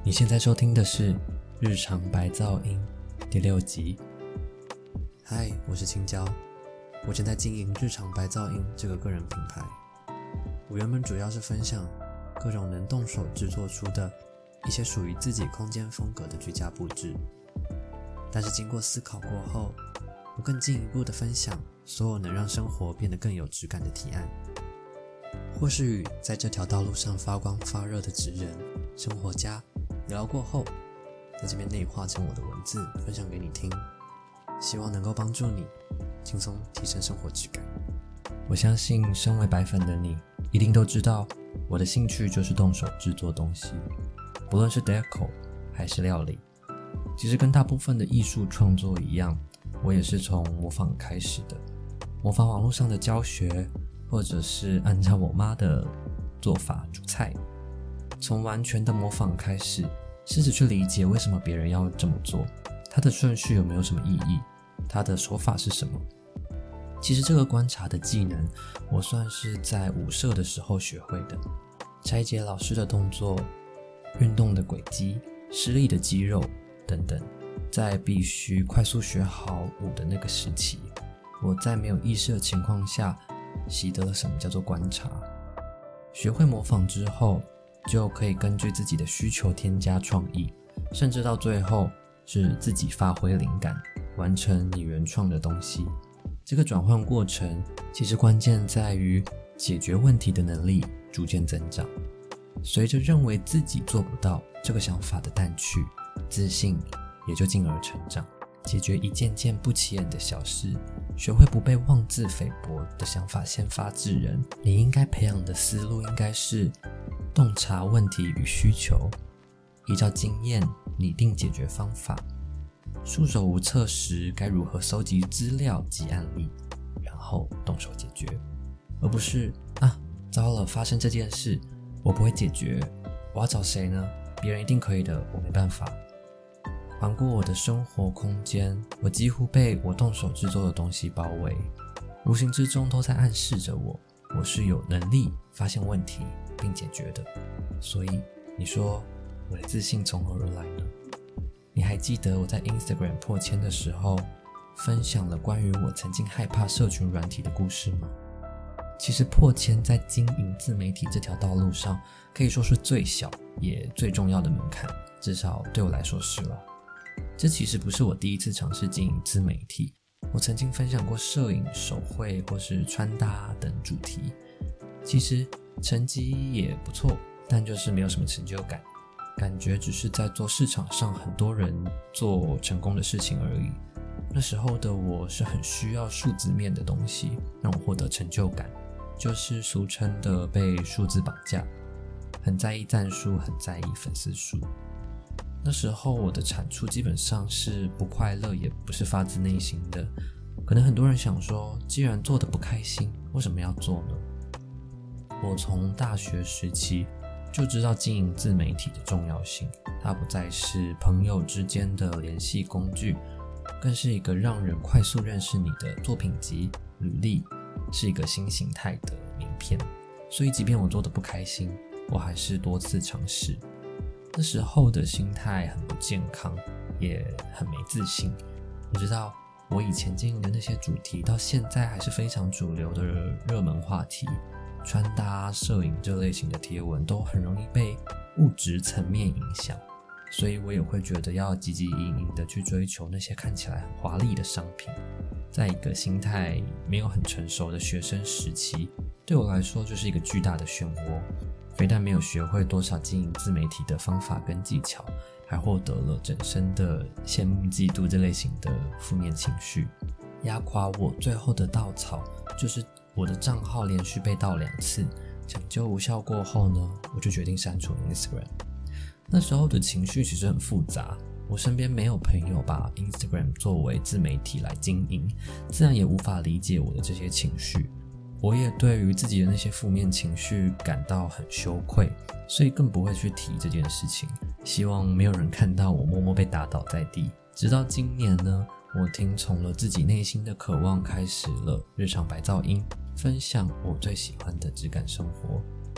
你现在收听的是日常白噪音第6集。嗨，我是青椒，我正在经营日常白噪音这个个人品牌。我原本主要是分享各种能动手制作出的一些属于自己空间风格的居家布置，但是经过思考过后，我更进一步的分享所有能让生活变得更有质感的提案，或是与在这条道路上发光发热的职人、生活家聊过后，在这边内化成我的文字分享给你听，希望能够帮助你轻松提升生活质感。我相信身为白粉的你一定都知道，我的兴趣就是动手制作东西，不论是 deco 还是料理。其实跟大部分的艺术创作一样，我也是从模仿开始的，模仿网络上的教学，或者是按照我妈的做法煮菜。从完全的模仿开始，试着去理解为什么别人要这么做，它的顺序有没有什么意义，它的手法是什么。其实这个观察的技能，我算是在舞社的时候学会的，拆解老师的动作、运动的轨迹、施力的肌肉等等。在必须快速学好舞的那个时期，我在没有意识的情况下习得了什么叫做观察。学会模仿之后，就可以根据自己的需求添加创意，甚至到最后是自己发挥灵感，完成你原创的东西。这个转换过程其实关键在于解决问题的能力逐渐增长。随着认为自己做不到这个想法的淡去，自信也就进而成长。解决一件件不起眼的小事，学会不被妄自菲薄的想法先发制人。你应该培养的思路应该是洞察问题与需求，依照经验拟定解决方法，束手无策时该如何搜集资料及案例，然后动手解决。而不是糟了，发生这件事我不会解决，我要找谁呢？别人一定可以的，我没办法。环顾我的生活空间，我几乎被我动手制作的东西包围，无形之中都在暗示着我是有能力发现问题并解决的。所以你说我的自信从何而来呢？你还记得我在 Instagram 破千的时候分享了关于我曾经害怕社群软体的故事吗？其实破千在经营自媒体这条道路上可以说是最小也最重要的门槛，至少对我来说是了。这其实不是我第一次尝试经营自媒体，我曾经分享过摄影、手绘或是穿搭等主题，其实成绩也不错，但就是没有什么成就感，感觉只是在做市场上很多人做成功的事情而已。那时候的我是很需要数字面的东西让我获得成就感，就是俗称的被数字绑架，很在意赞数，很在意粉丝数。那时候我的产出基本上是不快乐，也不是发自内心的。可能很多人想说，既然做得不开心，为什么要做呢？我从大学时期就知道经营自媒体的重要性，它不再是朋友之间的联系工具，更是一个让人快速认识你的作品集、履历，是一个新形态的名片。所以即便我做得不开心，我还是多次尝试。那时候的心态很不健康，也很没自信。我知道我以前经营的那些主题到现在还是非常主流的热门话题，穿搭、摄影这类型的贴文都很容易被物质层面影响，所以我也会觉得要汲汲营营的去追求那些看起来很华丽的商品。在一个心态没有很成熟的学生时期，对我来说就是一个巨大的漩涡，非但没有学会多少经营自媒体的方法跟技巧，还获得了整身的羡慕嫉妒这类型的负面情绪。压垮我最后的稻草就是我的账号连续被盗2次，抢救无效过后呢，我就决定删除 Instagram。 那时候的情绪其实很复杂，我身边没有朋友把 Instagram 作为自媒体来经营，自然也无法理解我的这些情绪。我也对于自己的那些负面情绪感到很羞愧，所以更不会去提这件事情，希望没有人看到我默默被打倒在地。直到今年呢，我听从了自己内心的渴望，开始了日常白噪音，分享我最喜欢的质感生活。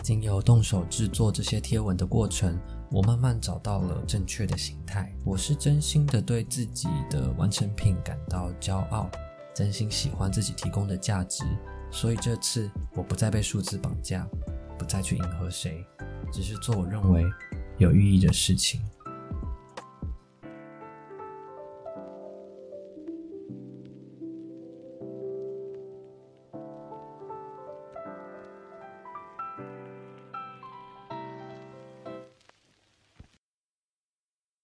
经由动手制作这些贴文的过程，我慢慢找到了正确的形态。我是真心的对自己的完成品感到骄傲，真心喜欢自己提供的价值，所以这次我不再被数字绑架，不再去迎合谁，只是做我认为有意义的事情。